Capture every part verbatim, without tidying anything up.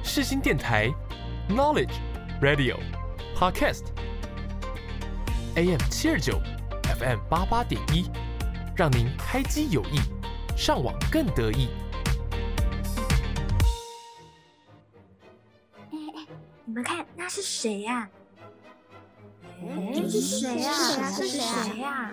世新电台 Knowledge Radio Podcast A M 七二九 F M 八八点一，让您开机有益，上网更得意。 哎哎，你们看，那是谁呀？哎，这是谁呀？是谁呀？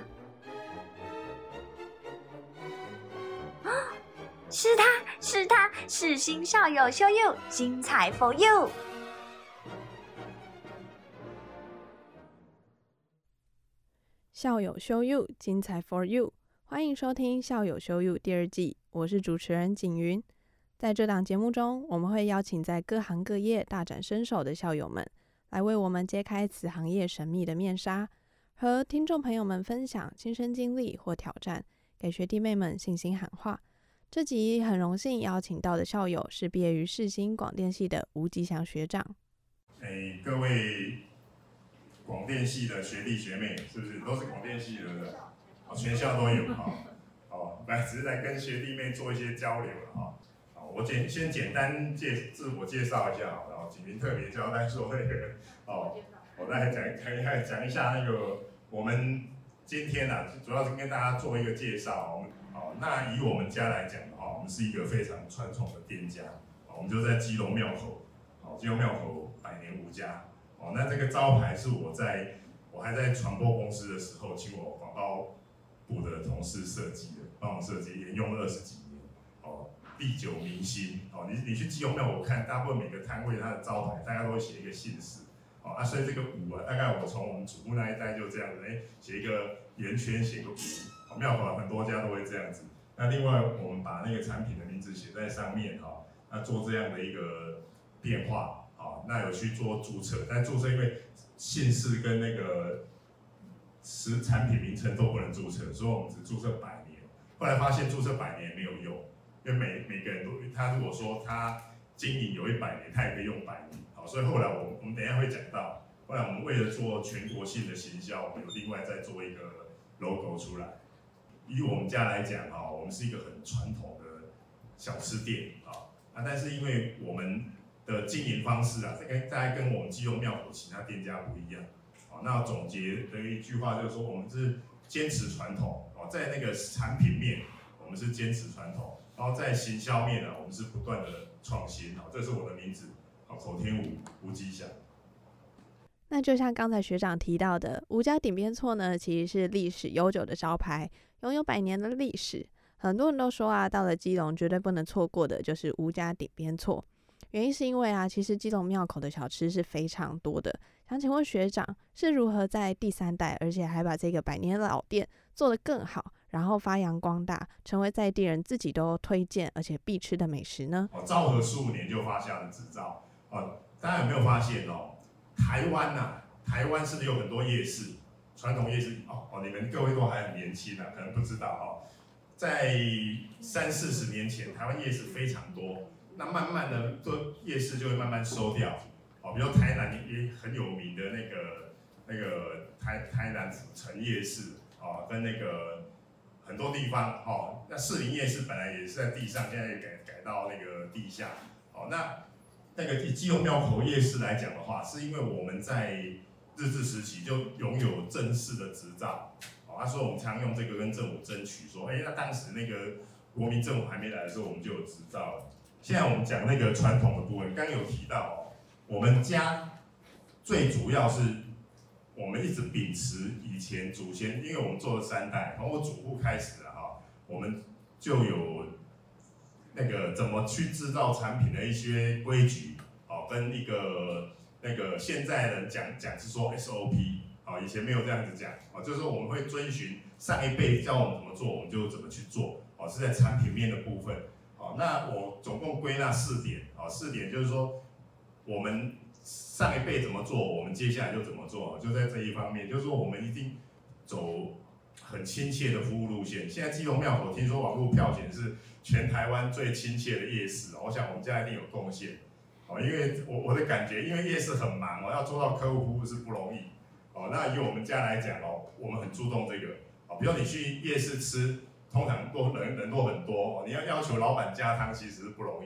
啊，是他，是他，世新校友show you，精彩 for you。 校友show you，精彩 for you， 欢迎收听校友show you 第二季，我是主持人景云。在这档节目中，我们会邀请在各行各业大展身手的校友们，来为我们揭开此行业神秘的面纱，和听众朋友们分享亲身经历或挑战，给学弟妹们信心喊话。这集很荣幸邀请到的校友是毕业于世新广电系的吴吉祥学长。 哎，各位广电系的学弟学妹，是不是都是广电系的？哦，全校都有哈。哦，来只是来跟学弟妹做一些交流了哈。好，我简先简单介自我介绍一下好了。景云特别交代说那个哦，我再讲讲讲一下那个我们今天啊，主要是跟大家做一个介绍。我们哦，那以我们家来讲的话，我们是一个非常传统的店家，我们就在基隆庙口，哦，基隆庙口百年吴家。哦，那这个招牌是我在我还在传播公司的时候，请我广告部的同事设计的，帮我设计，沿用了二十几年，哦，历久弥新。哦，你你去基隆庙，我看大部分每个摊位它的招牌，大家都会写一个姓氏。哦，啊，所以这个吴啊，大概我从我们祖父那一代就这样子，哎，写一个圆圈，写个吴。哦，庙口很多家都会这样子。那另外我们把那个产品的名字写在上面，哈，那做这样的一个变化。好，那有去做注册，但注册因为姓氏跟那个实产品名称都不能注册，所以我们只注册百年。后来发现注册百年没有用，因为每每个人都他如果说他经营有一百年，他也可以用百年。好，所以后来我们我们等一下会讲到，后来我们为了做全国性的行销，我们有另外再做一个 logo 出来。以我们家来讲，哈，我们是一个很传统的小吃店，啊，但是因为我们的经营方式啊，这个大概跟我们基隆庙口其他店家不一样。好，那总结的一句话就是说，我们是坚持传统哦，在那个产品面，我们是坚持传统，然后在行销面呢，我们是不断的创新。好，这是我的名字，好，口天吴吴吉祥。 那就像刚才学长提到的，吴家鼎边错呢，其实是历史悠久的招牌，拥有百年的历史。很多人都说啊，到了基隆绝对不能错过的就是吴家鼎边错。原因是因为啊，其实基隆庙口的小吃是非常多的。想请问学长是如何在第三代，而且还把这个百年老店做得更好，然后发扬光大，成为在地人自己都推荐而且必吃的美食呢？ 哦，昭和十五年就发下了执照。哦，大家有没有发现哦？台湾呐、啊，台湾是不是有很多夜市？传统夜市哦哦，你们各位都还很年轻啊，可能不知道哦。在三四十年前，台湾夜市非常多。那慢慢的，做夜市就会慢慢收掉，哦，比如台南也很有名的那个那个台台南城夜市，哦，跟那个很多地方，哦，那士林夜市本来也是在地上，现在也改改到那个地下，哦，那那个以基隆庙口夜市来讲的话，是因为我们在日治时期就拥有正式的执照，哦，所以我们常用这个跟政府争取说，哎，那当时那个国民政府还没来的时候，我们就有执照了。现在我们讲那个传统的部分，刚刚有提到，我们家最主要是我们一直秉持以前祖先，因为我们做了三代，从我祖父开始了哈，我们就有那个怎么去制造产品的一些规矩，哦，跟一个那个现在人讲讲是说 S O P， 哦，以前没有这样子讲，哦，就是说我们会遵循上一辈教我们怎么做，我们就怎么去做，哦，是在产品面的部分。哦，那我总共归纳四点，哦，四点就是说，我们上一辈怎么做，我们接下来就怎么做，就在这一方面，就是说我们一定走很亲切的服务路线。现在基隆庙口听说网络票选是全台湾最亲切的夜市，我想我们家一定有贡献。哦，因为我我的感觉，因为夜市很忙哦，要做到客户服务是不容易。哦，那以我们家来讲哦，我们很注重这个。哦，比如你去夜市吃。通常都人人都很多，你要要求老板加汤其实是不容易。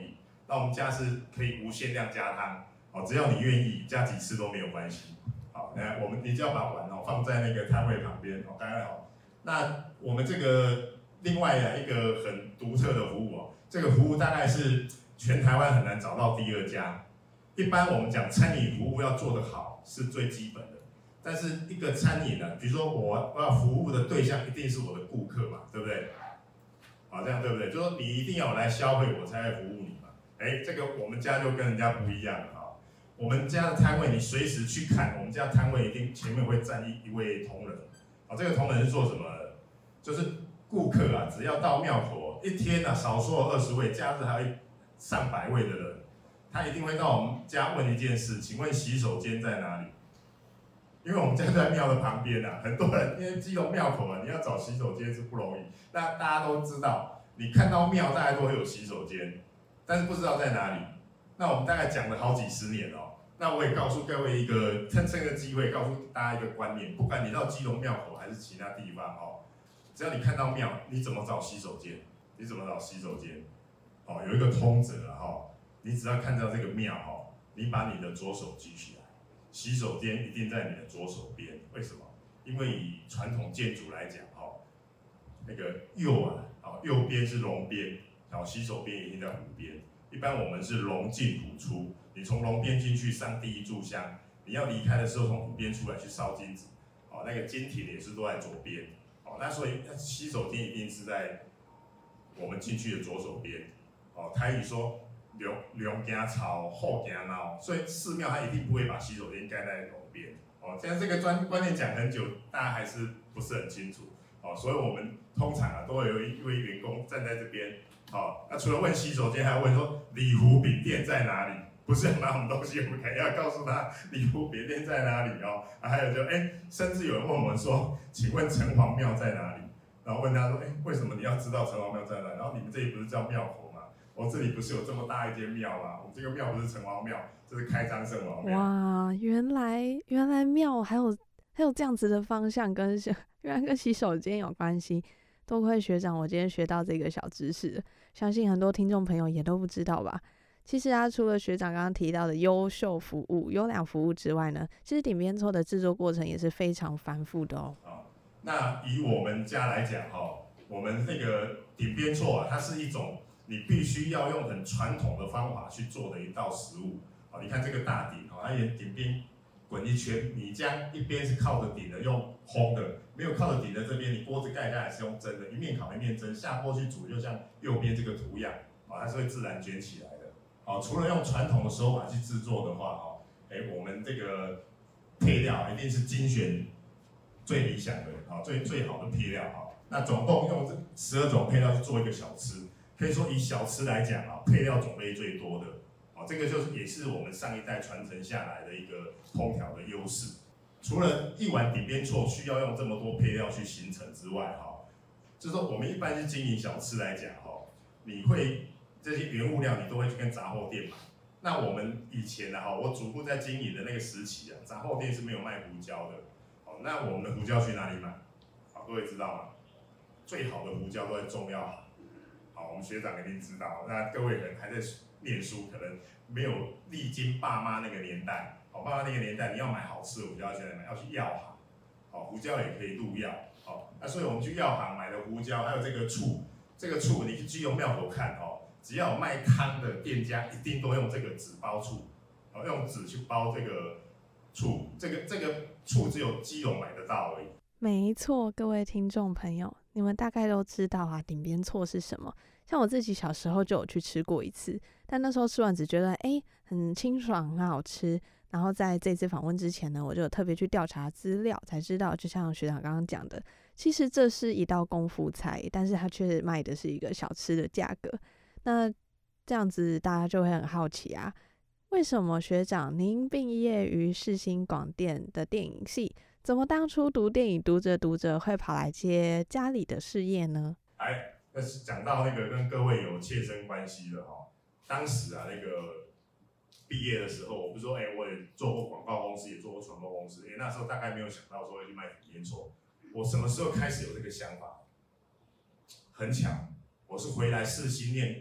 那我们家是可以无限量加汤，哦，只要你愿意加几次都没有关系。好，那我们你只要把碗哦放在那个摊位旁边，哦，刚刚好。那我们这个另外啊一个很独特的服务哦，这个服务大概是全台湾很难找到第二家。一般我们讲餐饮服务要做得好是最基本的，但是一个餐饮呢，比如说我我要服务的对象一定是我的顾客嘛，对不对？好，这样对不对？就是说你一定要来消费，我才会服务你嘛。哎，这个我们家就跟人家不一样了啊。我们家的摊位你随时去看，我们家摊位一定前面会站一一位同仁。好，这个同仁是做什么的？就是顾客啊，只要到庙口，一天啊少说二十位，假日还有上百位的人，他一定会到我们家问一件事，请问洗手间在哪里？因为我们家在庙的旁边啊，很多人因为基隆庙口啊，你要找洗手间是不容易。那大家都知道，你看到庙大概都会有洗手间，但是不知道在哪里。那我们大概讲了好几十年哦。那我也告诉各位一个，趁这个机会告诉大家一个观念，不管你到基隆庙口还是其他地方哦，只要你看到庙，你怎么找洗手间？你怎么找洗手间？哦，有一个通则啊，哈，你只要看到这个庙哈，你把你的左手举起来。洗手间一定在你的左手边，为什么？因为以传统建筑来讲，哈，那个右啊，好，右边是龙边，好，洗手边一定在湖边。一般我们是龙进虎出，你从龙边进去上第一炷香，你要离开的时候从湖边出来去烧金子，好，那个金庭也是都在左边，好，那所以洗手间一定是在我们进去的左手边，哦，台语说。龙龙行草，后行孬，所以寺庙它一定不会把洗手间盖在龙边。哦，现在这个专观念讲很久，大家还是不是很清楚。哦，所以我们通常啊都会有一位员工站在这边。哦，那除了问洗手间，还要问说里湖饼店在哪里？不是要拿我们东西，我们肯定要告诉他里湖饼店在哪里哦。啊，还有就哎，甚至有人问我们说，请问城隍庙在哪里？然后问他说，哎，为什么你要知道城隍庙在哪里？然后你们这里不是叫庙口？我、哦、这里不是有这么大一间庙吗？我们这个庙不是城隍庙，这是开张圣王庙。 哇，原来原来庙还有还有这样子的方向跟，原来跟洗手间有关系。多亏学长，我今天学到这个小知识，相信很多听众朋友也都不知道吧。其实啊，除了学长刚刚提到的优秀服务、优良服务之外呢，其实顶边错的制作过程也是非常繁复的哦。 哦，那以我们家来讲哈、哦，我们那个顶边错啊，它是一种。你必须要用很传统的方法去做的一道食物，好，你看这个大鼎，好，它也顶边滚一圈，你将一边是靠着鼎的，用烘的，没有靠着鼎的这边，你锅子盖下来是用蒸的，一面烤一面蒸，下锅去煮，就像右边这个图样，好，它是会自然卷起来的，好，除了用传统的手法去制作的话，哈，哎，我们这个配料一定是精选最理想的，好，最最好的配料，哈，那总共用这十二种配料去做一个小吃。可以说以小吃来讲啊，配料种类最多的，啊，这个就是也是我们上一代传承下来的一个烹调的优势。除了一碗顶边错需要用这么多配料去形成之外，哈，就是说我们一般是经营小吃来讲，哈，你会这些原物料你都会去跟杂货店买。那我们以前啊，我祖父在经营的那个时期啊，杂货店是没有卖胡椒的，好，那我们的胡椒去哪里买？好，各位知道吗？最好的胡椒都在中药行。好，我们学长一定知道。那各位人还在念书，可能没有历经爸妈那个年代。好，爸妈那个年代，你要买好吃的胡椒，现在买要去药行。好，胡椒也可以入药。好，那所以我们去药行买的胡椒，还有这个醋，这个醋你去基隆庙口看哦，只要有卖汤的店家，一定都用这个纸包醋，好，用纸去包这个醋。这个这个醋只有基隆买得到而已。 没错，各位听众朋友，你们大概都知道啊，顶边错是什么。像我自己小时候就有去吃过一次，但那时候吃完只觉得哎、欸、很清爽，很好吃。然后在这次访问之前呢，我就特别去调查资料，才知道，就像学长刚刚讲的，其实这是一道功夫菜，但是它却卖的是一个小吃的价格。那这样子大家就会很好奇啊，为什么学长您毕业于世新广电的电影系？怎么当初读电影读着读着会跑来接家里的事业呢？ 哎，那是讲到那个跟各位有切身关系的哈。当时啊，那个毕业的时候，我不是说，哎、欸，我也做过广告公司，也做过传播公司，哎、欸，那时候大概没有想到说会去卖底烟错。我什么时候开始有这个想法？很巧，我是回来世新念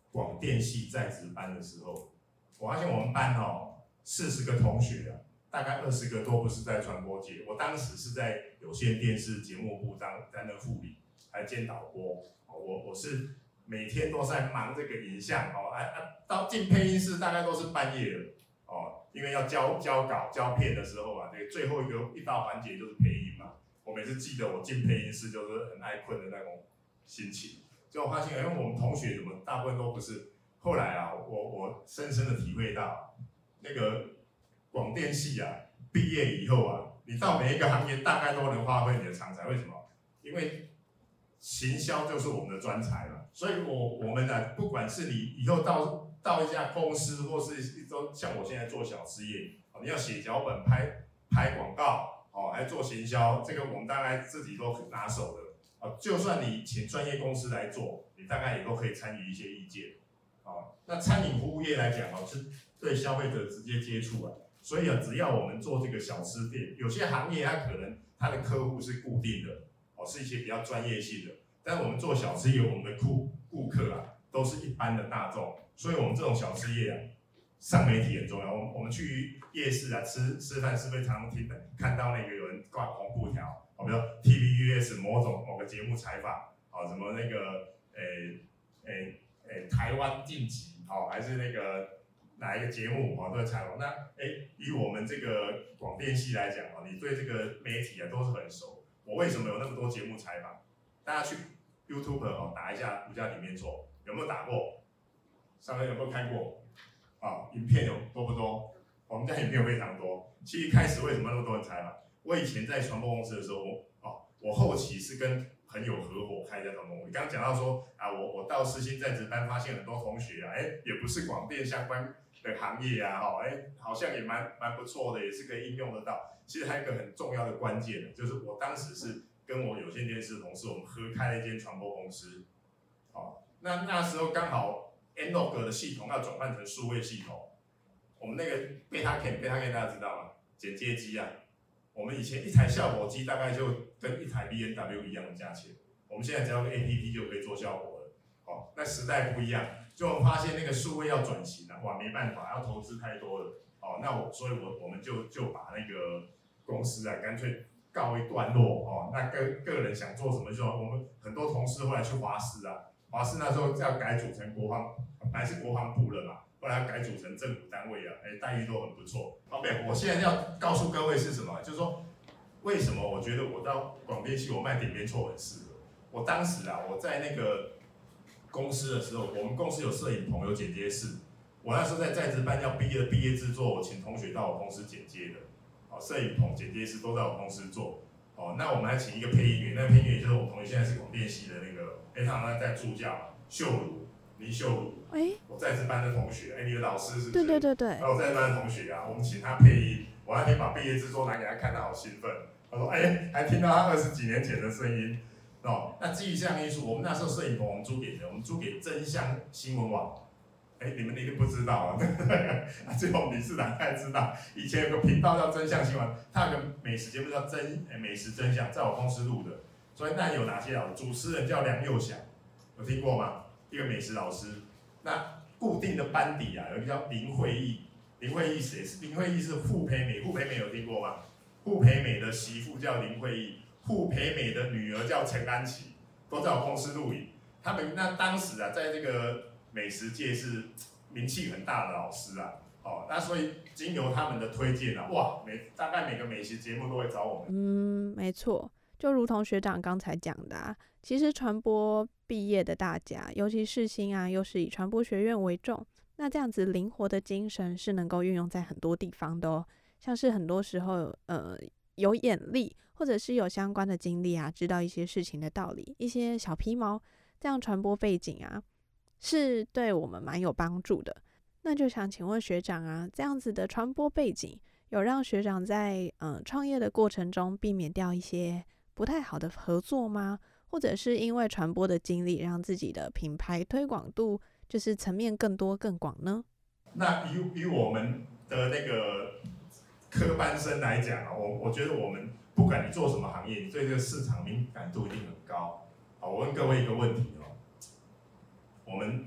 广电系在职班的时候，我发现我们班哦四十个同学啊，大概二十个都不是在传播界。我当时是在有线电视节目部当担任副理，还兼导播。我我是每天都在忙这个影像哦，啊啊，到进配音室大概都是半夜了哦，因为要交交稿交片的时候啊，这个最后一个一道环节就是配音嘛。我每次记得我进配音室就是很爱困的那种心情，就我发现，因为我们同学怎么大部分都不是。后来啊，我我深深的体会到，那个广电系啊，毕业以后啊，你到每一个行业大概都能发挥你的长才。为什么？因为行销就是我们的专才嘛。所以我我们呢、啊，不管是你以后到到一家公司，或是一周像我现在做小事业，你要写脚本、拍拍广告，哦，还做行销，这个我们大概自己都拿手的。啊，就算你请专业公司来做，你大概也都可以参与一些意见。哦，那餐饮服务业来讲哦，是对消费者直接接触啊，所以啊，只要我们做这个小吃店，有些行业它可能它的客户是固定的，哦，是一些比较专业性的，但是我们做小吃业，我们的顾顾客啊，都是一般的大众，所以我们这种小吃业啊，上媒体很重要。我们我们去夜市啊吃吃饭，是不是常常听看到那个有人挂红布条，哦，比如 T V B S 某种某个节目采访，哦，什么那个诶诶。诶，台湾晋级哦，还是那个哪一个节目哦，都在采访。那诶，以我们这个广电系来讲哦，你对这个媒体啊都是很熟。我为什么有那么多节目采访？大家去 YouTube 哦打一下吴家里面做，有没有打过？上面有没有看过？啊，影片有多不多？我们家影片有非常多。其实一开始为什么那么多人采访？我以前在传播公司的时候，哦，我后期是跟朋友合伙开一家传播公司。你刚刚讲到说啊，我我到世新在职班，发现很多同学啊，哎，也不是广电相关的行业啊，哈，哎，好像也蛮蛮不错的，也是可以应用得到。其实还有一个很重要的关键，就是我当时是跟我有线电视同事，我们合开了一间传播公司。哦，那那时候刚好 Analog 的系统要转换成数位系统，我们那个 Betacam Betacam 大家知道吗？剪接机啊。我们以前一台效果机大概就跟一台 B M W 一样的价钱，我们现在只要个 A P P 就可以做效果了。哦，那时代不一样，就我们发现那个数位要转型了，哇，没办法，要投资太多了。哦，那我所以我我们就就把那个公司啊干脆告一段落。哦，那个个人想做什么就我们很多同事后来去华视啊，华视那时候要改组成国防，本来是国防部了嘛。后来改组成政府单位啊，哎，待遇都很不错。OK， 我现在要告诉各位是什么？就是说，为什么我觉得我到广电系我卖点边错很适合？我当时啊，我在那个公司的时候，我们公司有摄影棚，有剪接室。我那时候在在职班要毕业毕业制作，我请同学到我公司剪接的。哦，摄影棚、剪接室都在我公司做。哦，那我们还请一个配音员，那配音员就是我们同学，现在是广电系的那个，哎，他好像在助教秀如。林秀如，哎，我在职班的同学，哎，你的老师是不是？ 对对对对。 然后我在职班的同学啊，我们请他配音，我那天把毕业制作拿给他看，他好兴奋。他说，哎，还听到他二十几年前的声音。哦，那基于这样因素，我们那时候摄影棚我们租给谁？我们租给真相新闻网。哎，你们一定不知道啊，对不对？最后理事长才知道，以前有个频道叫真相新闻，它有个美食节目叫真美食真相，在我公司录的。所以那有哪些啊？主持人叫梁佑祥，有听过吗？一个美食老师，那固定的班底啊，有一个叫林慧义，林慧义谁是？林慧义是傅培美，傅培美有听过吗？傅培美的媳妇叫林慧义，傅培美的女儿叫陈安琪，都在我公司录影。他们那当时啊，在这个美食界是名气很大的老师啊，哦，那所以经由他们的推荐啊，哇，每大概每个美食节目都会找我们。 嗯，没错，就如同学长刚才讲的啊。其实传播毕业的大家，尤其世新啊，又是以传播学院为重，那这样子灵活的精神是能够运用在很多地方的哦。像是很多时候，呃，有眼力，或者是有相关的经历啊，知道一些事情的道理，一些小皮毛，这样传播背景啊，是对我们蛮有帮助的。那就想请问学长啊，这样子的传播背景，有让学长在呃创业的过程中避免掉一些不太好的合作吗？或者是因为传播的经历，让自己的品牌推广度就是层面更多更广呢？ 那以以我们的那个科班生来讲啊，我我觉得我们不管你做什么行业，你对这个市场敏感度一定很高。好，我问各位一个问题哦，我们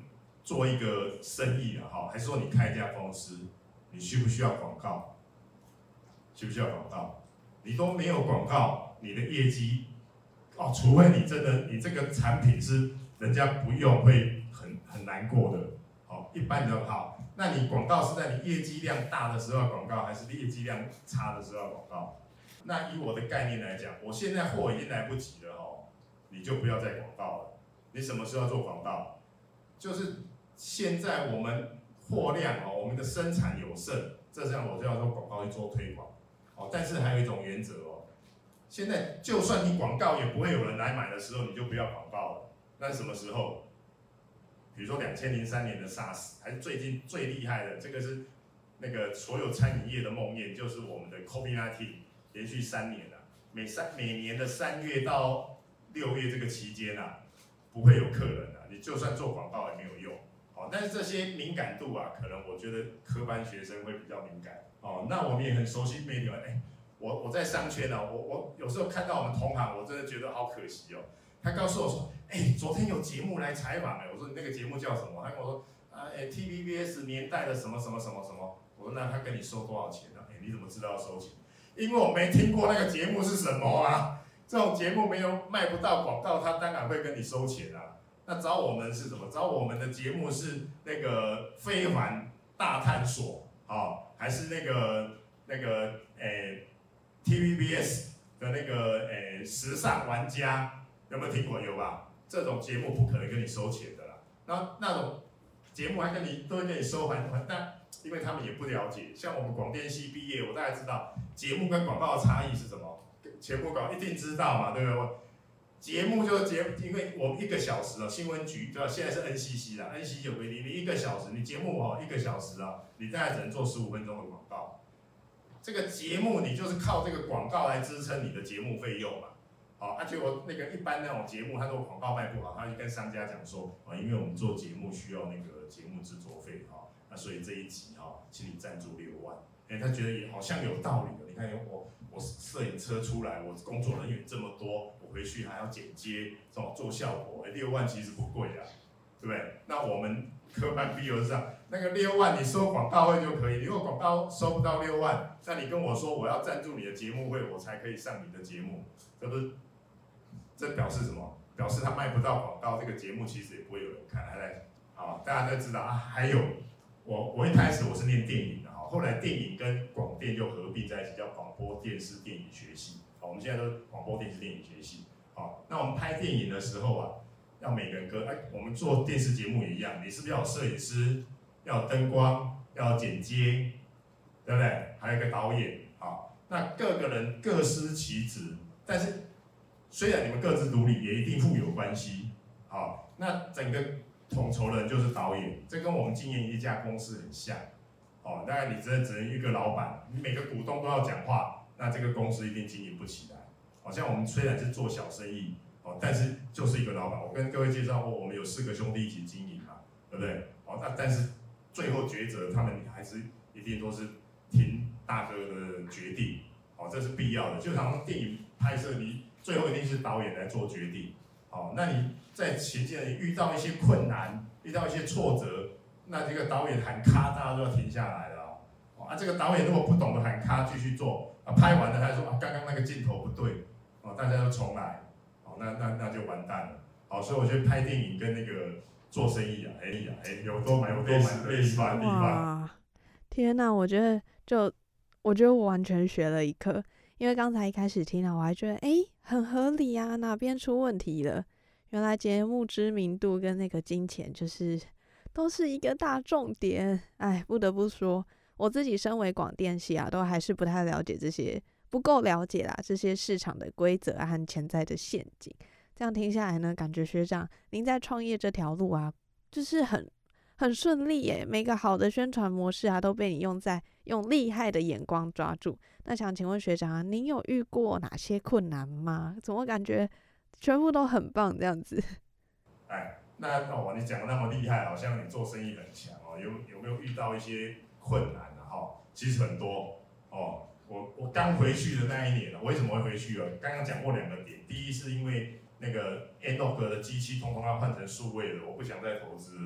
做一个生意啊，哈，还是说你开一家公司，你需不需要广告？需不需要广告？你都没有广告，你的业绩哦，除非你真的你这个产品是人家不用会很很难过的，哦，一般都好。那你广告是在你业绩量大的时候要广告，还是业绩量差的时候要广告？那以我的概念来讲，我现在货已经来不及了哦，你就不要再广告了。你什么时候要做广告？就是现在我们货量哦，我们的生产有剩，这样我就要做广告去做推广。哦，但是还有一种原则哦，现在就算你广告也不会有人来买的时候，你就不要广告了。那什么时候？比如说两千零三年的 SARS， 还是最近最厉害的，这个是那个所有餐饮业的梦魇，就是我们的 COVID 十九， 连续三年了、啊，每三每年的三月到六月这个期间啊，不会有客人啊，你就算做广告也没有用。哦，但是这些敏感度啊，可能我觉得科班学生会比较敏感。哦，那我们也很熟悉媒体，哎，我我在商圈啊，我我有时候看到我们同行，我真的觉得好可惜哦。他告诉我说，哎，昨天有节目来采访哎，我说你那个节目叫什么？他跟我说啊，哎 ，T V B S 年代的什么什么什么什么。我说那他跟你收多少钱呢、啊？哎，你怎么知道要收钱？因为我没听过那个节目是什么啊。这种节目没有卖不到广告，他当然会跟你收钱啊。那找我们是什么？找我们的节目是那个非凡大探索，哦，还是那个那个诶 T V B S 的那个诶时尚玩家，有没有听过？有吧？这种节目不可能跟你收钱的啦。然后那种节目还跟你都会跟你收还还，但因为他们也不了解，像我们广电系毕业，我大概知道节目跟广告的差异是什么。节目广告一定知道嘛，对不对？节目就是节，因为我们一个小时哦，新闻局对吧？现在是 N C C 啦 ，N C C 有规定，你一个小时，你节目哦一个小时啊，你大概只能做十五分钟的广告。这个节目你就是靠这个广告来支撑你的节目费用嘛。好，而且我那个一般那种节目，它如果广告卖不好，他就跟商家讲说啊，因为我们做节目需要那个节目制作费哈，那所以这一集哈，请你赞助六万。哎，他觉得也好像有道理的。你看我我摄影车出来，我工作人员这么多，我回去还要剪接，这种做效果，哎，六万其实不贵啊，对不对？那我们科班毕业是这样，那个六万你收广告费就可以，如果广告收不到六万，那你跟我说我要赞助你的节目费，我才可以上你的节目，这不是？这表示什么？表示他卖不到广告，这个节目其实也不会有人看，还来，好，大家都知道啊。还有，我我一开始我是念电影的。后来电影跟广电就合并在一起，叫广播电视电影学系。好，我们现在都广播电视电影学系。好，那我们拍电影的时候啊，要每个人各哎，我们做电视节目也一样，你是不是要有摄影师，要有灯光，要有剪接，对不对？还有一个导演。好，那各个人各司其职，但是虽然你们各自独立，也一定互有关系。好，那整个统筹人就是导演，这跟我们经营一家公司很像。哦，大概你真的只能一个老板，你每个股东都要讲话，那这个公司一定经营不起来。好像我们虽然是做小生意，哦，但是就是一个老板。我跟各位介绍过，我们有四个兄弟一起经营嘛，对不对？哦，那但是最后抉择，他们还是一定都是听大哥的决定。哦，这是必要的。就好像电影拍摄，你最后一定是导演来做决定。哦，那你在前期你遇到一些困难，遇到一些挫折。那这个导演喊咔，大家都要停下来了哦。啊，这个导演如果不懂得喊咔，继续做啊，拍完了他说啊，刚刚那个镜头不对，哦，大家都重来，哦，那那那就完蛋了。好，所以我觉得拍电影跟那个做生意啊，哎呀，哎，有多买有多买的地方地方。 哇，天哪！我觉得就我觉得我完全学了一课，因为刚才一开始听了，我还觉得哎很合理啊，哪边出问题了？原来节目知名度跟那个金钱就是。都是一个大重点，哎，不得不说，我自己身为广电系啊，都还是不太了解这些，不够了解啦，这些市场的规则和潜在的陷阱。这样听下来呢，感觉学长您在创业这条路啊，就是很很顺利耶，每个好的宣传模式啊，都被你用在用厉害的眼光抓住。那想请问学长啊，您有遇过哪些困难吗？怎么感觉全部都很棒这样子？ 哎。那哦，你讲的那么厉害，好像你做生意很强哦。有有没有遇到一些困难啊？哈，其实很多哦。我我刚回去的那一年，我为什么会回去啊？刚刚讲过两个点，第一是因为那个 Analog 的机器通通要换成数位的，我不想再投资了。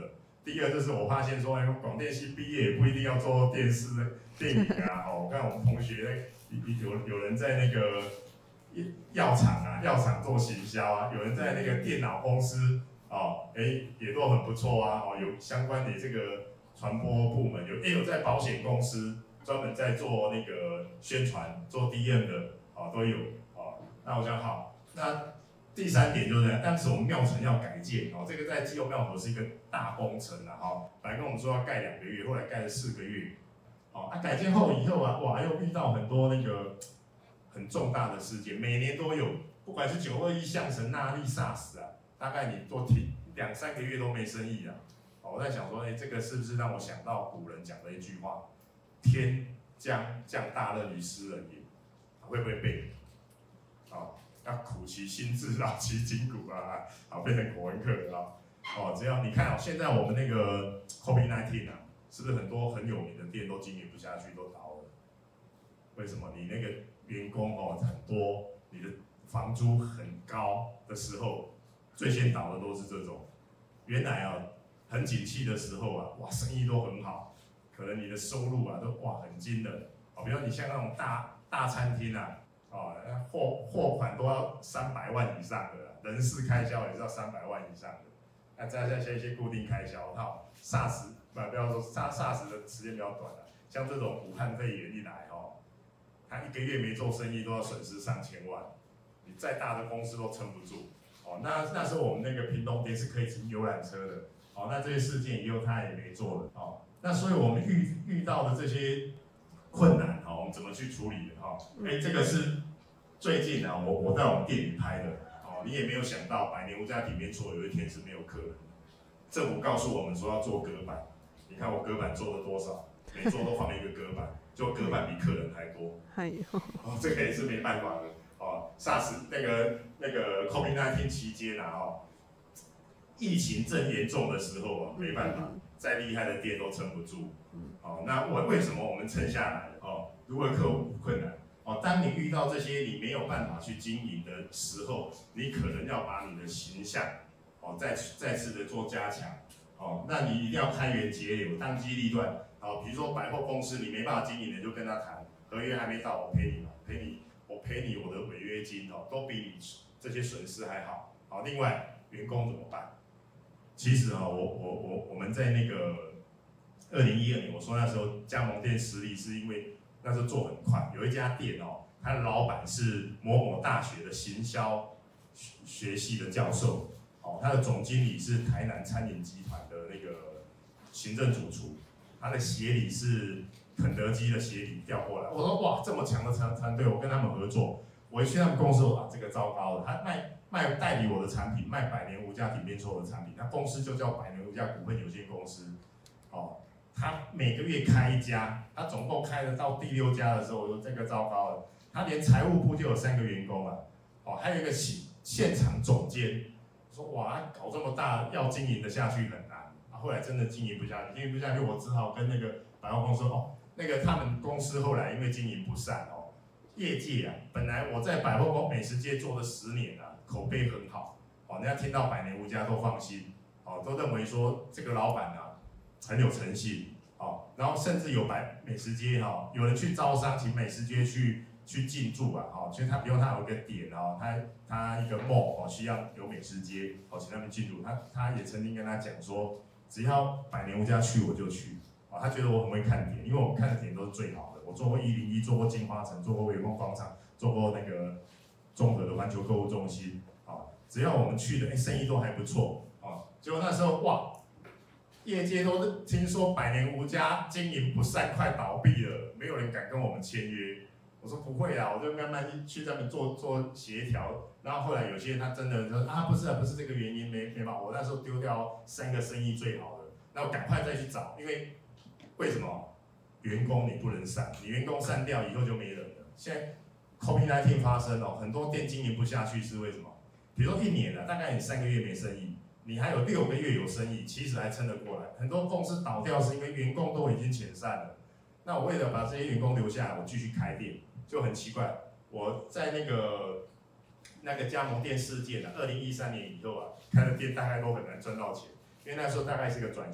第二就是我发现说，哎，广电系毕业也不一定要做电视、电影啊。哦，我看我们同学有有人在那个药厂啊，药厂做行销啊，有人在那个电脑公司哦，哎，也都很不错啊。哦，有相关的这个传播部门，有也有在保险公司专门在做那个宣传、做 D M 的，哦，都有。哦，那我想好，那。第三点就是，当时我们庙城要改建哦，这个在基隆庙头是一个大工程啊，哈，本来跟我们说要盖两个月，后来盖了四个月，哦，啊，改建后以后啊，哇，又遇到很多那个很重大的事件，每年都有，不管是九二一象神、纳利、SARS 啊，大概你都停两三个月都没生意啊，哦，我在想说，哎，这个是不是让我想到古人讲的一句话，天将降大任于斯人也，会不会背？哦。要苦其心志，劳其筋骨啊！好，变成国文课了啊！哦，只要你看哦，现在我们那个 COVID 十九 啊，是不是很多很有名的店都经营不下去，都倒了？为什么？你那个员工哦很多，你的房租很高的时候，最先倒的都是这种。原来啊，很景气的时候啊，哇，生意都很好，可能你的收入啊都哇很惊人。哦，比如你像那种大大餐厅啊。哦，货货款都要三百万以上的，人事开销也是要三百万以上的，那再加上一些固定开销，好 ，SARS 不不要说 SARS 的时间比较短了，像这种武汉肺炎一来哦，他一个月没做生意都要损失上千万，你再大的公司都撑不住。哦，那那时候我们那个屏东店是可以骑游览车的，哦，那这些事件以后他也没做了，哦，那所以我们遇遇到的这些困难，哦，我们怎么去处理的？哈，哎，这个是最近啊，我我在我们店里拍的，哦，你也没有想到，百年无家底面做有一天是没有客人的，政府告诉我们说要做隔板，你看我隔板做了多少，每桌都放了一个隔板，就隔板比客人还多，哎呦，哦，这个也是没办法的，哦 ，SARS 那个那个 COVID 十九 期间啊，哦，疫情正严重的时候啊，没办法，再厉害的店都撑不住。哦，那为为什么我们撑下来？哦，如果克服困难，哦，当你遇到这些你没有办法去经营的时候，你可能要把你的形象，哦，再再次的做加强，哦，那你一定要开源节流，当机立断。哦，比如说百货公司你没办法经营的，就跟他谈，合约还没到，我赔你嘛，赔你，我赔你我的违约金哦，都比你这些损失还好。好，另外员工怎么办？其实啊，我我我我们在那个二零一二年，我说那时候加盟店失利，是因为那时候做很快，有一家店哦，他的老板是某某大学的行销学系的教授，哦，他的总经理是台南餐饮集团的那个行政主厨，他的协理是肯德基的协理调过来。我说哇，这么强的团团队，我跟他们合作，我一去他们公司，啊，这个糟糕了，他卖。卖代理我的产品，卖百年无价顶边错的产品，那公司就叫百年无价股份有限公司。哦，他每个月开一家，他总共开了到第六家的时候，我说这个糟糕了。他连财务部就有三个员工啊，哦，还有一个现现场总监。说哇，搞这么大，要经营得下去很难。啊，后来真的经营不下去，经营不下去，我只好跟那个百货公司说，哦，那个他们公司后来因为经营不善哦，业界啊，本来我在百货公美食街做了十年啊。口碑很好，哦，人家听到百年无家都放心，哦，都认为说这个老板啊很有诚信，哦，然后甚至有百美食街哈，哦，有人去招商，请美食街去去进驻啊，哦，其实他比如他有一个点哦，他他一个 mall 哦需要有美食街，哦，请他们进驻，他他也曾经跟他讲说，只要百年无家去我就去，哦，他觉得我很会看点，因为我看的点都是最好的，我做过一零一，做过金花城，做过伟丰广场，做过那个。中和的环球购物中心，啊，只要我们去的，哎，生意都还不错，啊，结果那时候哇，业界都听说百年无家经营不善，快倒闭了，没有人敢跟我们签约。我说不会啊，我就慢慢去他们做做协调，然后后来有些人他真的说啊，不是啊，不是这个原因，没没办法，我那时候丢掉三个生意最好的，然后赶快再去找，因为为什么？员工你不能散，你员工散掉以后就没人了，现在。COVID 十九 发生哦，很多店经营不下去是为什么？比如说一年了，大概你三个月没生意，你还有六个月有生意，其实还撑得过来。很多公司倒掉是因为员工都已经遣散了。那我为了把这些员工留下来，我继续开店，就很奇怪。我在那个那个加盟店事件啊，二零一三年以后啊，开的店大概都很难赚到钱，因为那时候大概是个转型。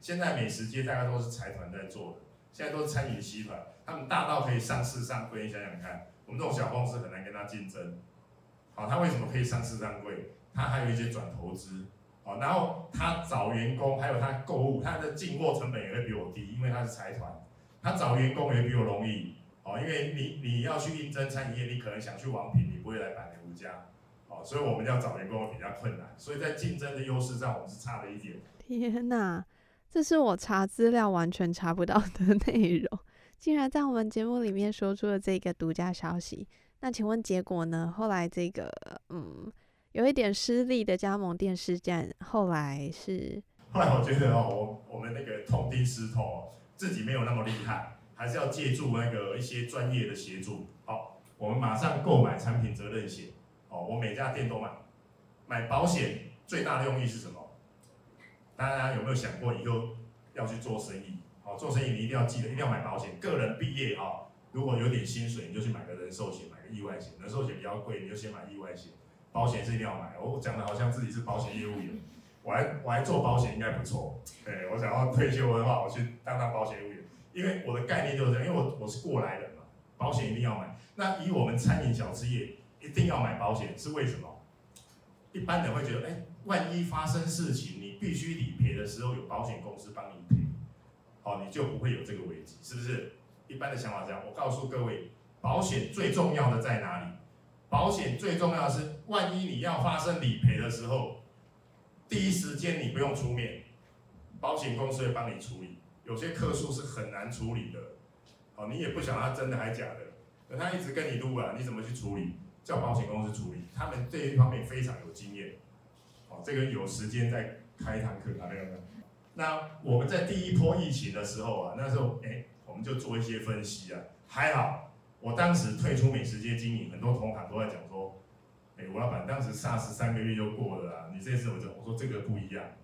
现在美食街大概都是财团在做的，现在都是餐饮集团，他们大到可以上市上柜，你想想看，我们这种小公司很难跟他竞争。好，他为什么可以上市上柜？他还有一些转投资，好，然后他找员工，还有他购物，他的进货成本也会比我低，因为他是财团，他找员工也比我容易，哦，因为你你要去应征餐饮业，你可能想去王品，你不会来百年无家，哦，所以我们要找员工比较困难，所以在竞争的优势上，我们是差了一点。 天哪，这是我查资料完全查不到的内容，竟然在我们节目里面说出了这个独家消息。那请问结果呢？后来这个嗯。有一点失利的加盟店事件，后来是后来我觉得哦，我我们那个痛定思痛哦，自己没有那么厉害，还是要借助那个一些专业的协助。好，我们马上购买产品责任险。哦，我每家店都买。买保险最大的用意是什么？大家有没有想过以后要去做生意？哦，做生意你一定要记得，一定要买保险。个人毕业哦，如果有点薪水，你就去买个人寿险，买个意外险。人寿险比较贵，你就先买意外险。保险是一定要买，我讲的好像自己是保险业务员，我还我还做保险应该不错。对，我想要退休的话，我去当当保险业务员，因为我的概念就是这样，因为我我是过来人嘛，保险一定要买。那以我们餐饮小吃业，一定要买保险，是为什么？一般人会觉得，哎，万一发生事情，你必须理赔的时候，有保险公司帮你赔，好，你就不会有这个危机，是不是？一般的想法这样。我告诉各位，保险最重要的在哪里？保险最重要的是，万一你要发生理赔的时候，第一时间你不用出面，保险公司会帮你处理。有些客诉是很难处理的，好，你也不晓得他真的还假的，可他一直跟你撸啊，你怎么去处理？叫保险公司处理，他们这一方面非常有经验。好，这个有时间再开一堂课啊，那个。那我们在第一波疫情的时候啊，那时候哎、欸，我们就做一些分析啊，还好。我当时退出美食街经营，很多同行都在讲说，哎、欸，吴老板当时 SARS 三个月就过了啊，你这次我就我说这个不一样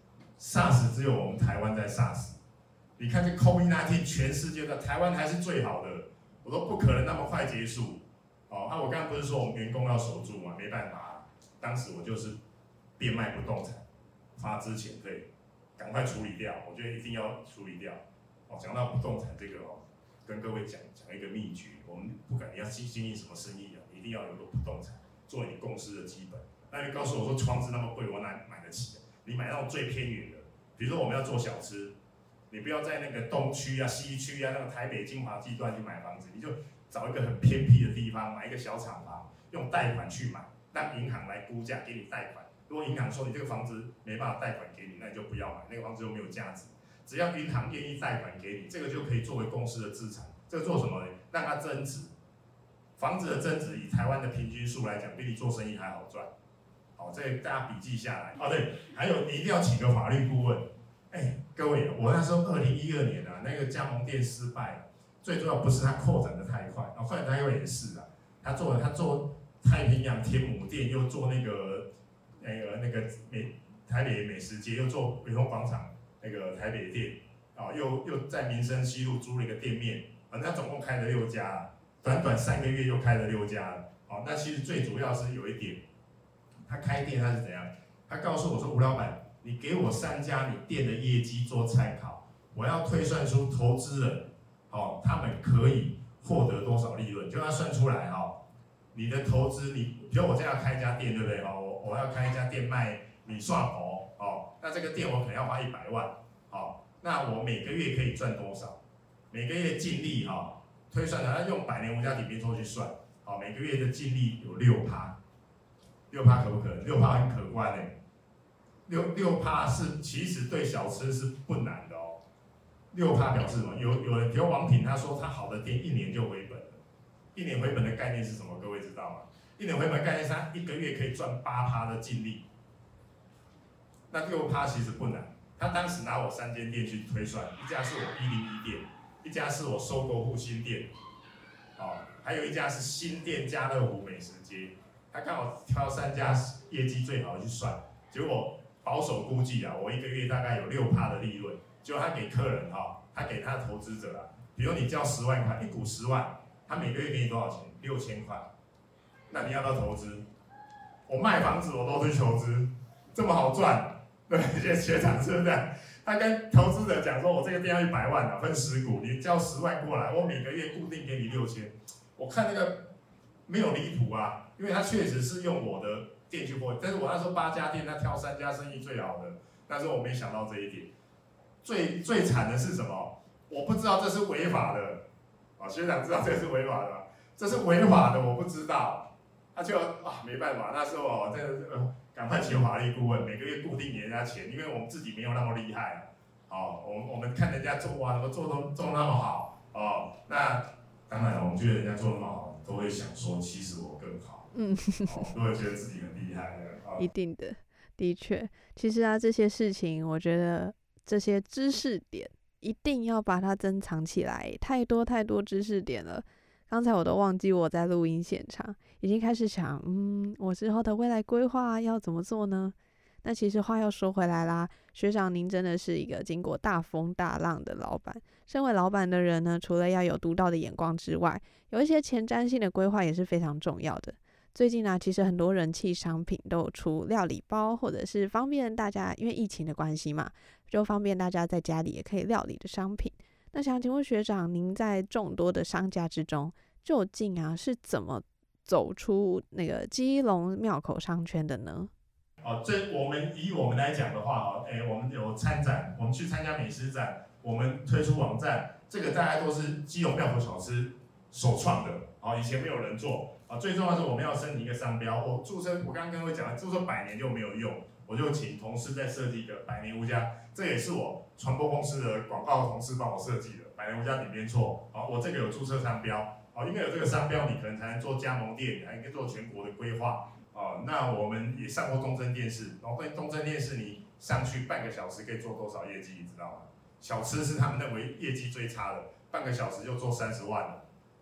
，SARS 只有我们台湾在 SARS， 你看这 COVID 十九 全世界的台湾还是最好的，我说不可能那么快结束，哦，啊我刚刚不是说我们员工要守住嘛，没办法、啊，当时我就是变卖不动产，发资遣费，赶快处理掉，我觉得一定要处理掉，哦，讲到不动产这个哦。跟各位讲讲一个秘诀，我们不管你要经营什么生意啊，你一定要有个不动产作为你公司的基本。那你告诉我说窗子那么贵，我哪买得起啊？你买那种最偏远的，比如说我们要做小吃，你不要在那个东区啊、西区啊、那个台北精华地段去买房子，你就找一个很偏僻的地方买一个小厂房，用贷款去买，让银行来估价给你贷款。如果银行说你这个房子没办法贷款给你，那你就不要买，那个房子又没有价值。只要银行愿意贷款给你，这个就可以作为公司的资产。这个做什么呢？让它增值。房子的增值以台湾的平均数来讲，比你做生意还好赚。好，这个大家笔记下来。哦，对，还有你一定要请个法律顾问。哎，各位，我那时候二零一二年啊，那个加盟店失败，最重要不是它扩展的太快，哦，扩展太快也是啊。他做了，他做太平洋天母店，又做那个那个那个美台北美食街，又做北丰广场。那个台北店，啊、哦，又又在民生西路租了一个店面，反正他总共开了六家，短短三个月又开了六家了，哦，那其实最主要是有一点，他开店他是怎样？他告诉我说，吴老板，你给我三家你店的业绩做参考，我要推算出投资人，哦，他们可以获得多少利润，就要算出来哈、哦，你的投资，你比如我这样开一家店，对不对？哦，我我要开一家店卖米蒜头。哦，那这个店我可能要花一百万，好、哦，那我每个月可以赚多少？每个月净利哈、哦，推算的，要用百年无家底边抽去算，好、哦，每个月的净利有六趴，六趴可不可能？六趴很可观诶，六六趴是其实对小吃是不难的哦，六趴表示什么？有有人比如王品他说他好的店一年就回本了，一年回本的概念是什么？各位知道吗？一年回本概念是他一个月可以赚八趴的净利。那六趴其实不难，他当时拿我三间店去推算，一家是我一零一店，一家是我收购户新店，哦，还有一家是新店家乐福美食街，他刚好挑三家业绩最好的去算，结果保守估计啊，我一个月大概有六趴的利润，结果他给客人哈、哦，他给他的投资者啊，比如你交十万块，一股十万，他每个月给你多少钱？六千块，那你要不要投资？我卖房子我都去投资，这么好赚。对，现在学长是不是这样？ 他跟投资者讲说，我这个店要一百万啊，分十股，你交十万过来，我每个月固定给你六千。我看那个没有离谱啊，因为他确实是用我的店去获利，但是我那时候八家店，他挑三家生意最好的，那时候我没想到这一点。最最惨的是什么？我不知道这是违法的，啊，学长知道这是违法的吗？这是违法的，我不知道，他就啊没办法，那时候哦，这个呃赶快请法律顾问，每个月固定给人家钱，因为我们自己没有那么厉害，哦，我我们看人家做哇，怎么做都做那么好，哦，那当然我们觉得人家做那么好，都会想说，其实我更好，嗯，哦，都会觉得自己很厉害的，哦， 一定的，的确，其实啊这些事情，我觉得这些知识点一定要把它珍藏起来，太多太多知识点了。刚才我都忘记我在录音现场，已经开始想，嗯，我之后的未来规划要怎么做呢？那其实话又说回来啦，学长您真的是一个经过大风大浪的老板。身为老板的人呢，除了要有独到的眼光之外，有一些前瞻性的规划也是非常重要的。最近啊，其实很多人气商品都有出料理包，或者是方便大家，因为疫情的关系嘛，就方便大家在家里也可以料理的商品。那想请问学长，您在众多的商家之中，究竟啊是怎么走出那个基隆庙口商圈的呢？ 哦，这我们以我们来讲的话，哦，哎，我们有参展，我们去参加美食展，我们推出网站，这个大家都是基隆庙口小吃首创的，哦，以前没有人做，啊，最重要的是我们要申请一个商标，我注册，我刚刚跟各位讲了，注册百年就没有用。我就请同事再设计一个百年无家，这也是我传播公司的广告同事帮我设计的。百年无家顶边错，好，我这个有注册商标，好，因为有这个商标，你可能才能做加盟店，还可以做全国的规划，哦，那我们也上过东森电视，然后东森电视你上去半个小时可以做多少业绩，你知道吗？小吃是他们认为业绩最差的，半个小时就做三十万了，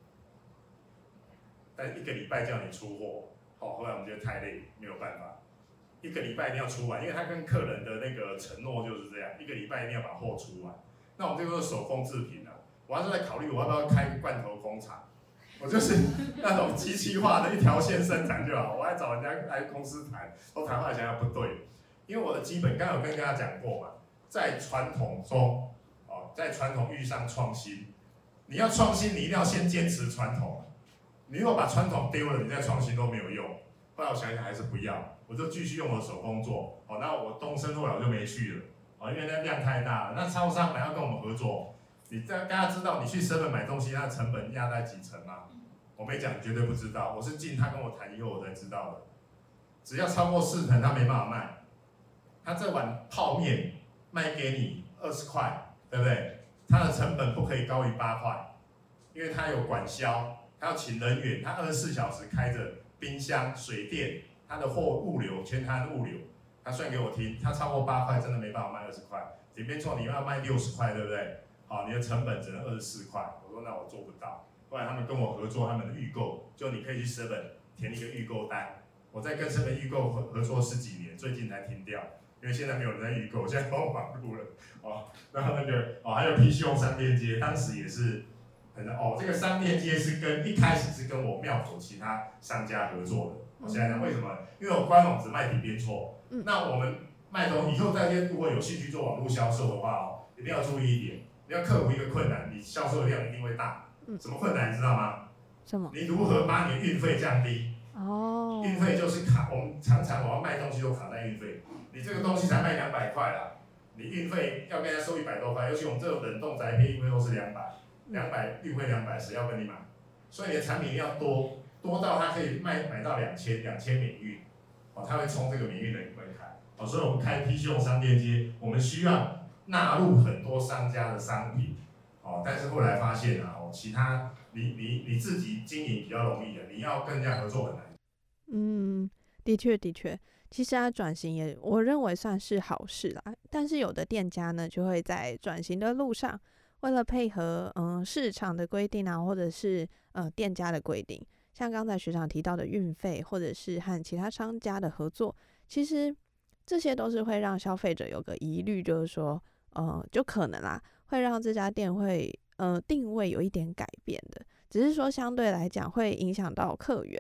但一个礼拜叫你出货，好，后来我们觉得太累，没有办法。一个礼拜一定要出完，因为他跟客人的那个承诺就是这样，一个礼拜一定要把货出完。那我们这个是手工制品啊，我还是在考虑我要不要开个罐头工厂，我就是那种机器化的一条线生产就好，我还找人家来公司谈，都谈话想想不对，因为我的基本刚刚有跟大家讲过嘛，在传统中，哦，在传统遇上创新，你要创新，你一定要先坚持传统，你如果把传统丢了，你再创新都没有用。后来我想想还是不要，我就继续用我的手工做。哦，那我东升后来我就没去了，哦，因为那量太大了。那超商来要跟我们合作，你大家知道你去seven买东西，它的成本压在几成吗？我没讲，绝对不知道。我是进他跟我谈以后我才知道的。只要超过四成，他没办法卖。他这碗泡面卖给你二十块，对不对？它的成本不可以高于八块，因为它有管销，它要请人员，它二十四小时开着。冰箱、水电，它的货物流，全台的物流，他算给我听，他超过八块真的没办法卖二十块，顶边错你要卖六十块，对不对？好，你的成本只能二十四块，我说那我做不到。后来他们跟我合作，他们的预购，就你可以去 seven 填一个预购单，我在跟seven预购合合作十几年，最近才停掉，因为现在没有人在预购，现在都网路了，哦，然后那个哦还有 P C 用商店街，当时也是。哦，这个商店街是跟一开始是跟我庙口其他商家合作的。我现在讲为什么？因为我官网只卖底边错，嗯、那我们卖东西以后大家如果有兴趣做网络销售的话哦，一定要注意一点，你要克服一个困难，你销售的量一定会大。嗯、什么困难你知道吗？ 什么？ 你如何把你的运费降低？ 哦， 运费就是卡，我们常常我要卖东西都卡在运费，你这个东西才卖两百块啦，你运费要跟人家收一百多块，尤其我们这种冷冻宅配运费都是两百。两百运费两百，谁要跟你买？所以你的产品要多，多到它可以卖买到两千，两千免运，哦，它会冲这个免运的门槛，哦，所以我们开 P C 用商店街，我们需要纳入很多商家的商品，哦，但是后来发现啊，哦，其他你你你自己经营比较容易的，你要跟人家合作很难。 嗯，的确的确，其实啊转型也我认为算是好事啦，但是有的店家呢就会在转型的路上。为了配合嗯、呃、市场的规定啊，或者是呃店家的规定，像刚才学长提到的运费，或者是和其他商家的合作，其实这些都是会让消费者有个疑虑，就是说呃就可能啦，会让这家店会呃定位有一点改变的，只是说相对来讲会影响到客源，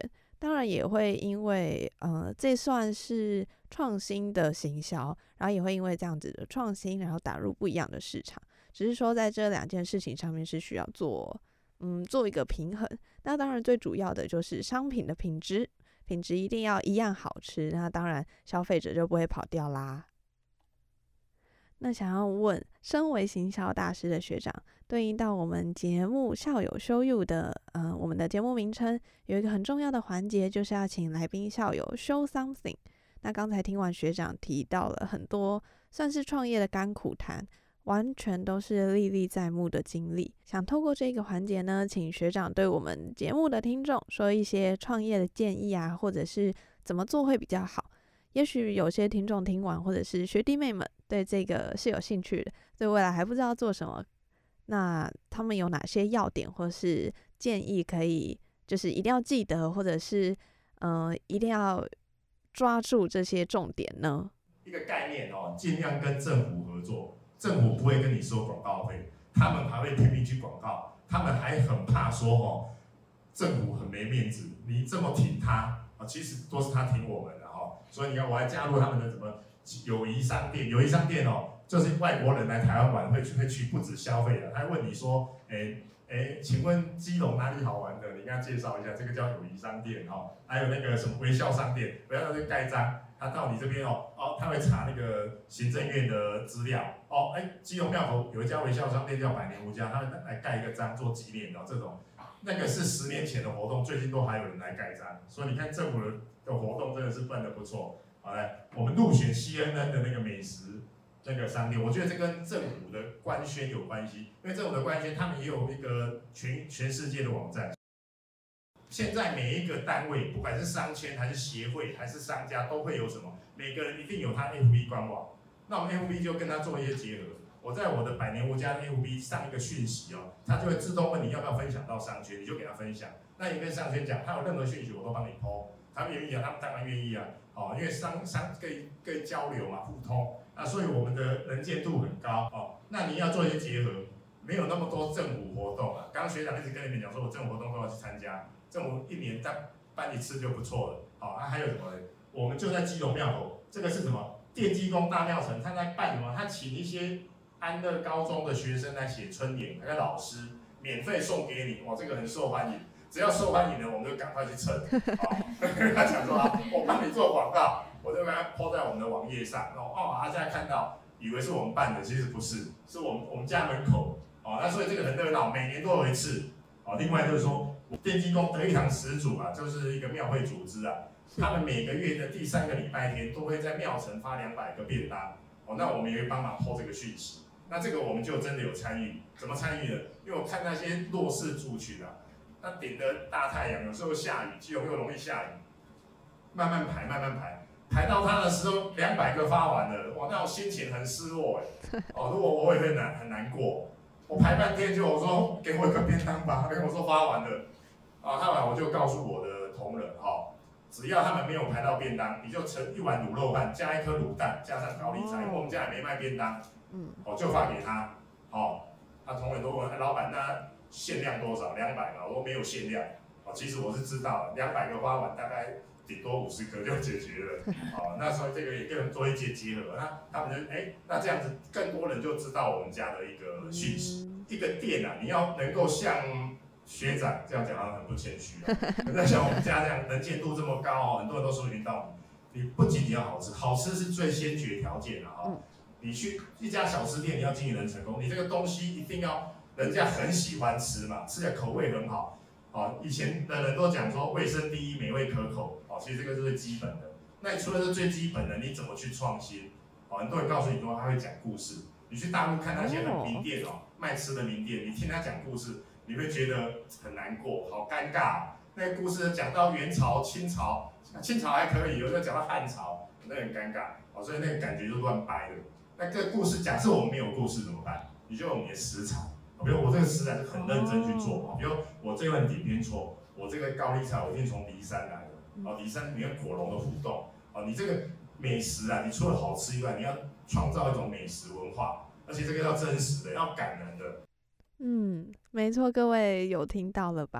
当然也会因为呃这算是创新的行销，然后也会因为这样子的创新，然后打入不一样的市场。只是说在这两件事情上面是需要做嗯做一个平衡。那当然最主要的就是商品的品质，品质一定要一样好吃，那当然消费者就不会跑掉啦。那想要问，身为行销大师的学长，对应到我们节目校友show you的呃，我们的节目名称有一个很重要的环节，就是要请来宾校友 show something。那刚才听完学长提到了很多算是创业的甘苦谈，完全都是历历在目的经历。想透过这个环节呢，请学长对我们节目的听众说一些创业的建议啊，或者是怎么做会比较好。也许有些听众听完，或者是学弟妹们对这个是有兴趣的，对未来还不知道做什么，那他们有哪些要点或是建议可以就是一定要记得，或者是呃一定要抓住这些重点呢？ 一个概念哦，尽量跟政府合作，政府不会跟你收广告费，他们还会拼命去广告，他们还很怕说哦，政府很没面子，你这么挺他啊，其实都是他挺我们的哦。所以你看，我还加入他们的什么友谊商店，友谊商店哦，就是外国人来台湾玩会去会去不止消费的，他会问你说，哎哎，请问基隆哪里好玩的？你跟他介绍一下，这个叫友谊商店哦。还有那个什么微笑商店，不要去盖章。他到你这边哦，哦，他会查那个行政院的资料哦，哎，基隆庙口有一家微笑商店叫百年无家，他会来盖一个章做纪念的、哦，这种，那个是十年前的活动，最近都还有人来盖章，所以你看政府的的活动真的是办得不错。好来，我们入选 C N N 的那个美食那个商店，我觉得这跟政府的官宣有关系，因为政府的官宣他们也有一个全全世界的网站。现在每一个单位，不管是商圈还是协会还是商家，都会有什么？每个人一定有他 F B 官网，那我们 F B 就跟他做一些结合。我在我的百年无家 F B 上一个讯息哦，他就会自动问你要不要分享到商圈，你就给他分享。那你跟商圈讲，他有任何讯息我都帮你 po， 他们愿意讲，他们当然愿意啊。哦，因为商商可以可以交流嘛，互通啊，所以我们的能见度很高哦。那你要做一些结合，没有那么多政府活动啊。刚刚学长一直跟你们讲说，我政府活动都要去参加。政府一年办办一次就不错了，好、哦，啊还有什么呢？我们就在基隆庙口，这个是什么？电机工大庙城，他在办什么？他请一些安乐高中的学生来写春联，那个老师免费送给你，哇，这个很受欢迎。只要受欢迎的，我们就赶快去蹭。好、哦，跟他讲说啊，我帮你做广告，我就给他 po 在我们的网页上，然后哦，他现在看到，以为是我们办的，其实不是，是我们我们家门口，哦，那所以这个很热闹，每年都有一次。哦，另外就是说。电机工德义堂始祖啊，就是一个庙会组织啊，他们每个月的第三个礼拜天都会在庙城发两百个便当，哦，那我们也会帮忙 po 这个讯息，那这个我们就真的有参与，怎么参与的？因为我看那些弱势族群啊，那顶着大太阳，有时候下雨，基隆又容易下雨，慢慢排，慢慢排，排到他的时候，两百个发完了，哇，那我心情很失落哎，哦，如果我也会难很难过，我排半天就我说给我一个便当吧，跟我说发完了。啊，后来我就告诉我的同仁，哈、哦，只要他们没有排到便当，你就盛一碗卤肉饭，加一颗卤蛋，加上高丽菜，因为我们家也没卖便当，嗯，哦，就发给他，哦，他同仁都问，哎，老板，那限量多少？两百嘛，我说没有限量，哦，其实我是知道的，两百个发完大概顶多五十颗就解决了，哦，那所以这个也跟人做一些结合，那他们就，哎，那这样子更多人就知道我们家的一个讯息，一个店啊，你要能够像。学长这样讲好像很不谦虚哦，那像我们家这样能见度这么高哦，很多人都搜寻到你，你不仅仅要好吃，好吃是最先决条件啊哦。你去一家小吃店，你要经营人成功，你这个东西一定要人家很喜欢吃嘛，吃起来口味很好。哦，以前的人都讲说卫生第一，美味可口，哦，其实这个是最基本的。那除了是最基本的，你怎么去创新？哦，很多人告诉你说他会讲故事，你去大陆看那些很名店哦，卖吃的名店，你听他讲故事。你会觉得很难过，好尴尬、哦。那个故事讲到元朝、清朝，清朝还可以，有时候讲到汉朝，那很尴尬。哦，所以那个感觉就乱掰的。那这个故事，假设我们没有故事怎么办？你就用你的食材，比如我这个食材是很认真去做，比如我这碗底边错，我这个高丽菜我一定从梨山来的。哦，梨山你看果农的互动，哦，你这个美食啊，你除了好吃以外，你要创造一种美食文化，而且这个要真实的，要感人的。 嗯，没错，各位有听到了吧？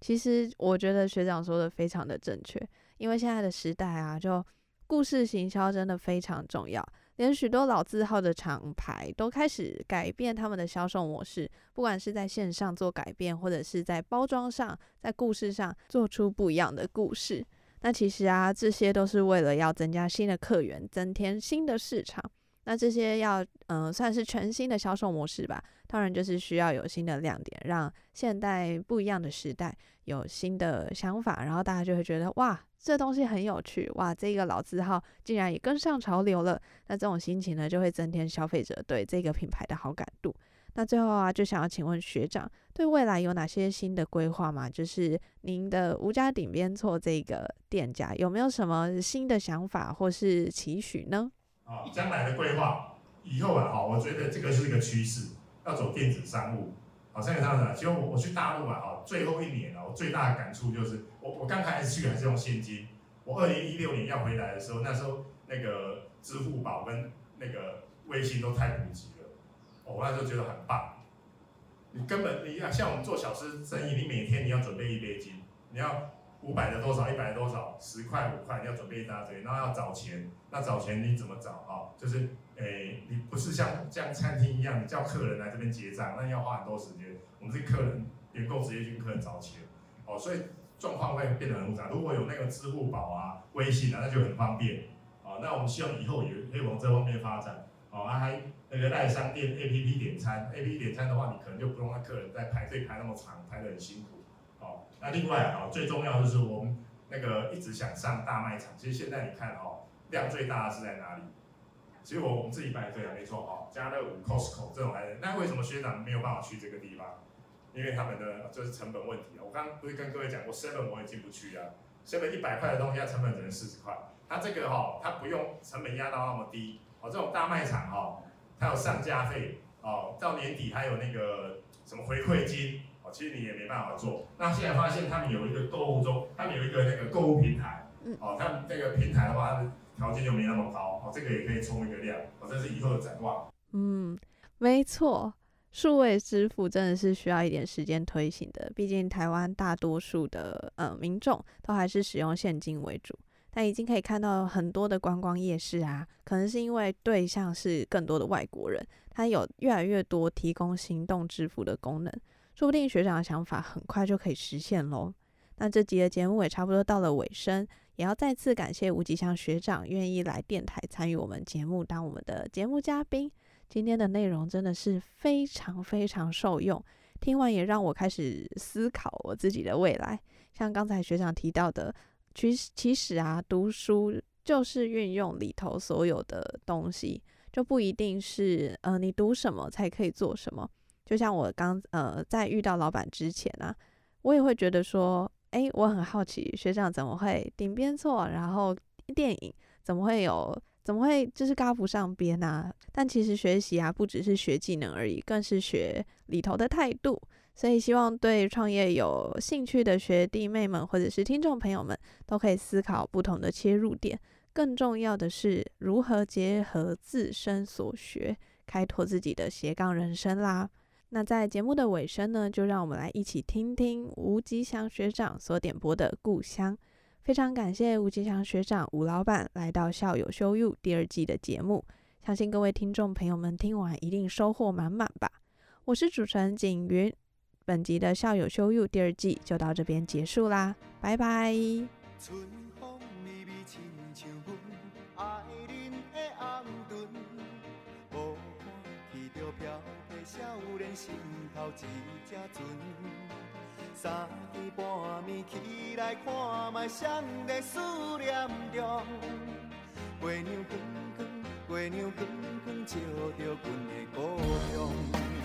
其实我觉得学长说的非常的正确，因为现在的时代啊，就故事行销真的非常重要，连许多老字号的厂牌都开始改变他们的销售模式，不管是在线上做改变，或者是在包装上、在故事上做出不一样的故事。那其实啊，这些都是为了要增加新的客源，增添新的市场。那这些要嗯、呃、算是全新的销售模式吧，当然就是需要有新的亮点，让现代不一样的时代有新的想法，然后大家就会觉得哇，这东西很有趣，哇，这个老字号竟然也跟上潮流了。那这种心情呢，就会增添消费者对这个品牌的好感度。那最后啊，就想要请问学长，对未来有哪些新的规划吗？就是您的吴家鼎边错这个店家有没有什么新的想法或是期许呢？ 啊，将来的规划，以后啊，好，我觉得这个是一个趋势，要走电子商务。好，像这样子啊，其实我我去大陆啊，哈，最后一年啊，我最大的感触就是，我我刚开始去还是用现金，我二零一六年要回来的时候，那时候那个支付宝跟那个微信都太普及了。哦，我那时候觉得很棒，你根本你像我们做小吃生意，你每天你要准备一杯金，你要五百的多少，一百的多少，十块五块，你要准备一大堆，然后要找钱，那找钱你怎么找啊？就是诶，你不是像像餐厅一样，你叫客人来这边结账，那要花很多时间。我们是客人员工直接去跟客人找钱，哦，所以状况会变得很复杂。如果有那个支付宝啊、微信啊，那就很方便。哦，那我们希望以后也可以往这方面发展。哦，啊还那个赖商店 A P P 点餐 ，A P P 点餐的话，你可能就不用让客人在排队排那么长，排得很辛苦。哦，那另外啊，最重要的就是我们那个一直想上大卖场，其实现在你看哦，量最大的是在哪里？其实我我们自己排队啊，没错哦，家乐福、Costco 这种来的。那为什么学长没有办法去这个地方？因为他们的就是成本问题啊。我刚刚不是跟各位讲过 ，seven 我也进不去啊 ，seven 一百块的东西，它成本只能四十块。它这个哈、哦，它不用成本压到那么低哦。这种大卖场哈、哦，它有上架费哦，到年底还有那个什么回馈金哦，其实你也没办法做。那现在发现他们有一个购物中，他们有一个那个购物平台，哦，他们这个平台的话，它的条件就没那么高哦，这个也可以冲一个量哦，这是以后的展望。 嗯，没错。数位支付真的是需要一点时间推行的，毕竟台湾大多数的呃民众都还是使用现金为主。但已经可以看到很多的观光夜市啊，可能是因为对象是更多的外国人，它有越来越多提供行动支付的功能，说不定学长的想法很快就可以实现咯。那这集的节目也差不多到了尾声，也要再次感谢吴吉祥学长愿意来电台参与我们节目，当我们的节目嘉宾。今天的内容真的是非常非常受用，听完也让我开始思考我自己的未来。像刚才学长提到的，其实其实啊，读书就是运用里头所有的东西，就不一定是呃你读什么才可以做什么。就像我刚呃在遇到老板之前啊，我也会觉得说，哎，我很好奇学长怎么会顶边错，然后电影怎么会有。怎么会就是嘎不上边啊？但其实学习啊，不只是学技能而已，更是学里头的态度。所以希望对创业有兴趣的学弟妹们，或者是听众朋友们，都可以思考不同的切入点。更重要的是，如何结合自身所学，开拓自己的斜杠人生啦。那在节目的尾声呢，就让我们来一起听听吴吉祥学长所点播的《故乡》。非常感谢吴吉祥学长吴老板来到校友修 U 第二季的节目，相信各位听众朋友们听完一定收获满满吧。我是主持人景云，本集的校友修 U 第二季就到这边结束啦，拜拜。春风微微亲像阮爱人的红唇，无看起着飘的少年心头一只船。三更半暝起来看卖，谁在思念中？月娘光光，月娘光光，照着阮的故乡。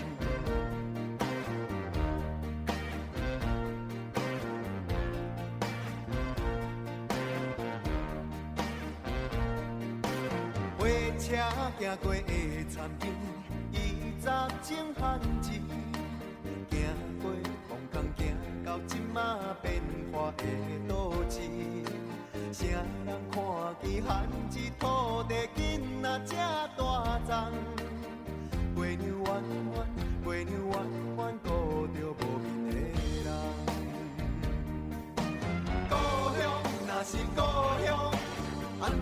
火车行过的田边，伊早种番薯，行过风空行到即马变化的都市，谁人看见番薯土地囡仔这大丛？月娘弯弯，月娘弯弯，顾着无眠的人。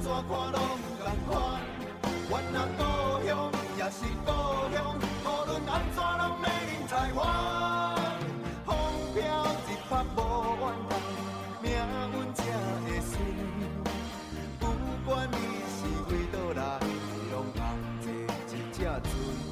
怎看拢同款。阮若故乡也是故乡，无论安怎拢要忍台湾。风飘日拍无怨叹，命运才会顺。不管你是为倒来，拢同坐一只船。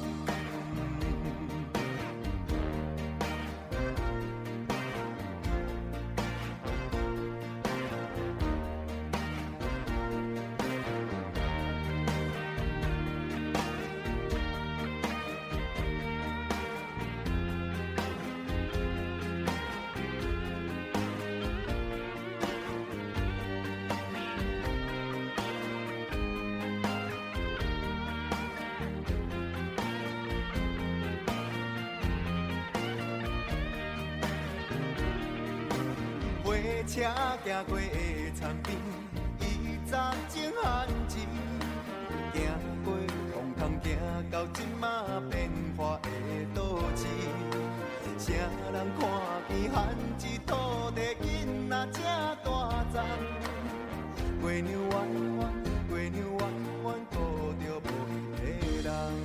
车行过的田边，伊早前汉字，行过风塘，行到即马变化的都市。啥人看见汉字土地囡仔这大丛？月娘弯弯，月娘弯弯，顾着无伊的人。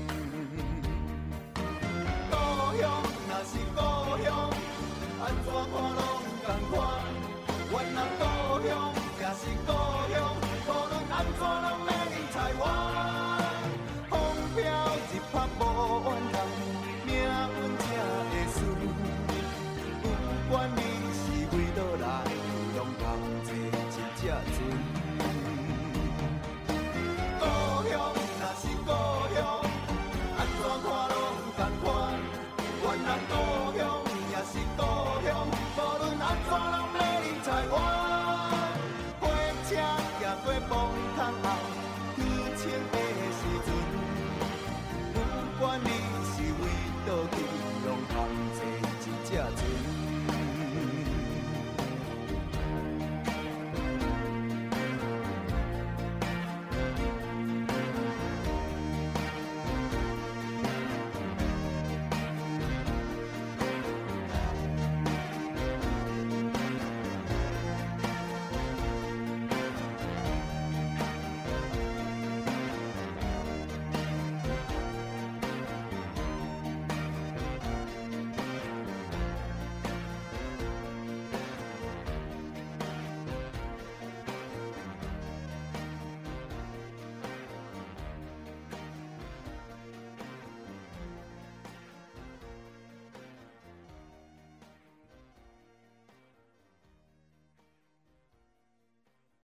故乡若是故乡，安怎看拢同款。阮若故乡，也是故乡，无论安怎拢要忍台湾。风飘日拍无怨叹，命运才会顺。不管你